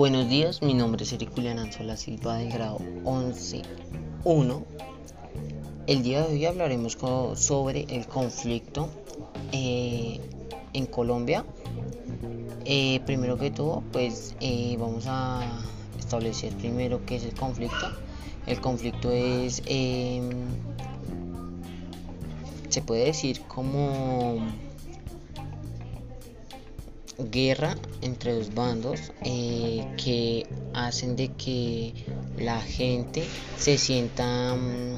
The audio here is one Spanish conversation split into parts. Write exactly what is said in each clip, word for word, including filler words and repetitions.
Buenos días, mi nombre es Eric Julián Anzola Silva del grado once uno. El día de hoy hablaremos co- sobre el conflicto eh, en Colombia. Eh, primero que todo, pues eh, vamos a establecer primero qué es el conflicto. El conflicto es, eh, se puede decir como guerra entre dos bandos eh, que hacen de que la gente se sienta um,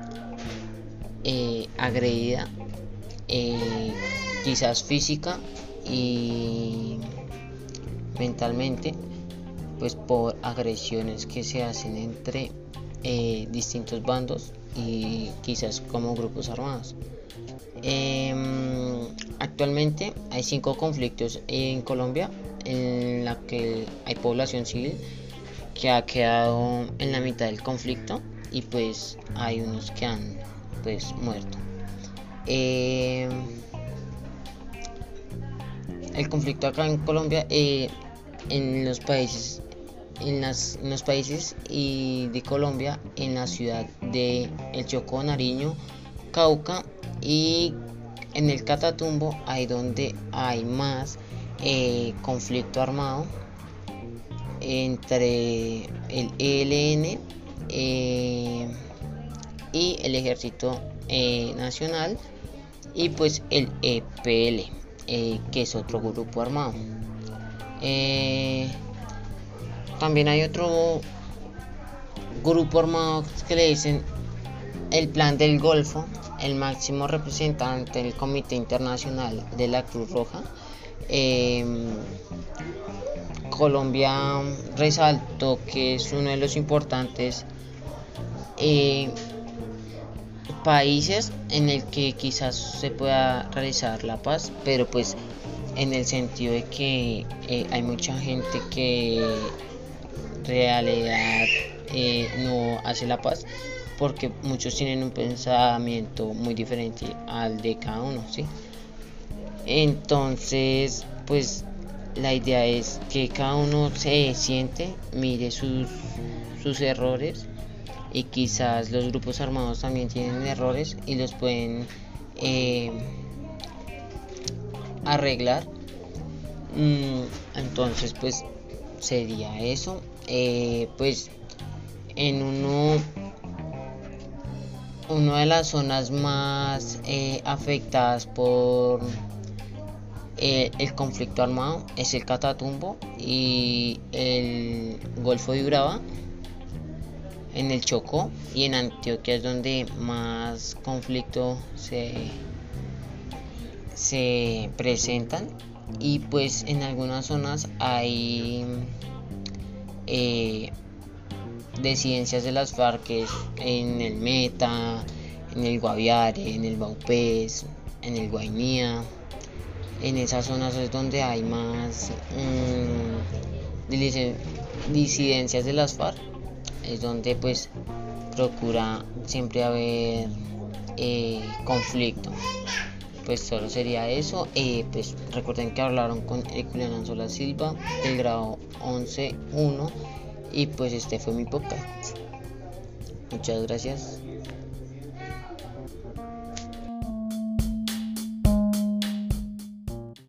eh, agredida, eh, quizás física y mentalmente, pues por agresiones que se hacen entre eh, distintos bandos y quizás como grupos armados. Eh, actualmente hay cinco conflictos en Colombia en la que hay población civil que ha quedado en la mitad del conflicto y pues hay unos que han pues muerto. Eh, el conflicto acá en Colombia eh, en los países en, las, en los países y de Colombia en la ciudad de El Chocó, Nariño, Cauca y en el Catatumbo, hay donde hay más eh, conflicto armado entre el E L N eh, y el Ejército eh, Nacional y pues el E P L, eh, que es otro grupo armado. Eh, también hay otro grupo armado que le dicen el Plan del Golfo. El máximo representante del Comité Internacional de la Cruz Roja, eh, Colombia resaltó que es uno de los importantes eh, países en el que quizás se pueda realizar la paz, pero pues en el sentido de que eh, hay mucha gente que en realidad eh, no hace la paz, porque muchos tienen un pensamiento muy diferente al de cada uno, ¿sí? Entonces, pues la idea es que cada uno se siente, mire sus, sus errores, y quizás los grupos armados también tienen errores y los pueden eh, arreglar. Mm, entonces, pues sería eso. Eh, pues en uno Una de las zonas más eh, afectadas por eh, el conflicto armado es el Catatumbo y el Golfo de Urabá. En el Chocó y en Antioquia es donde más conflicto se, se presentan, y pues en algunas zonas hay eh, disidencias de las FARC en el Meta, en el Guaviare, en el Baupés, en el Guainía. En esas zonas es donde hay más mmm, disidencias de las FARC, es donde pues procura siempre haber eh, conflicto. Pues solo sería eso. Eh, pues recuerden que hablaron con Julián Anzola Silva del grado once uno. Y pues este fue mi podcast. Muchas gracias.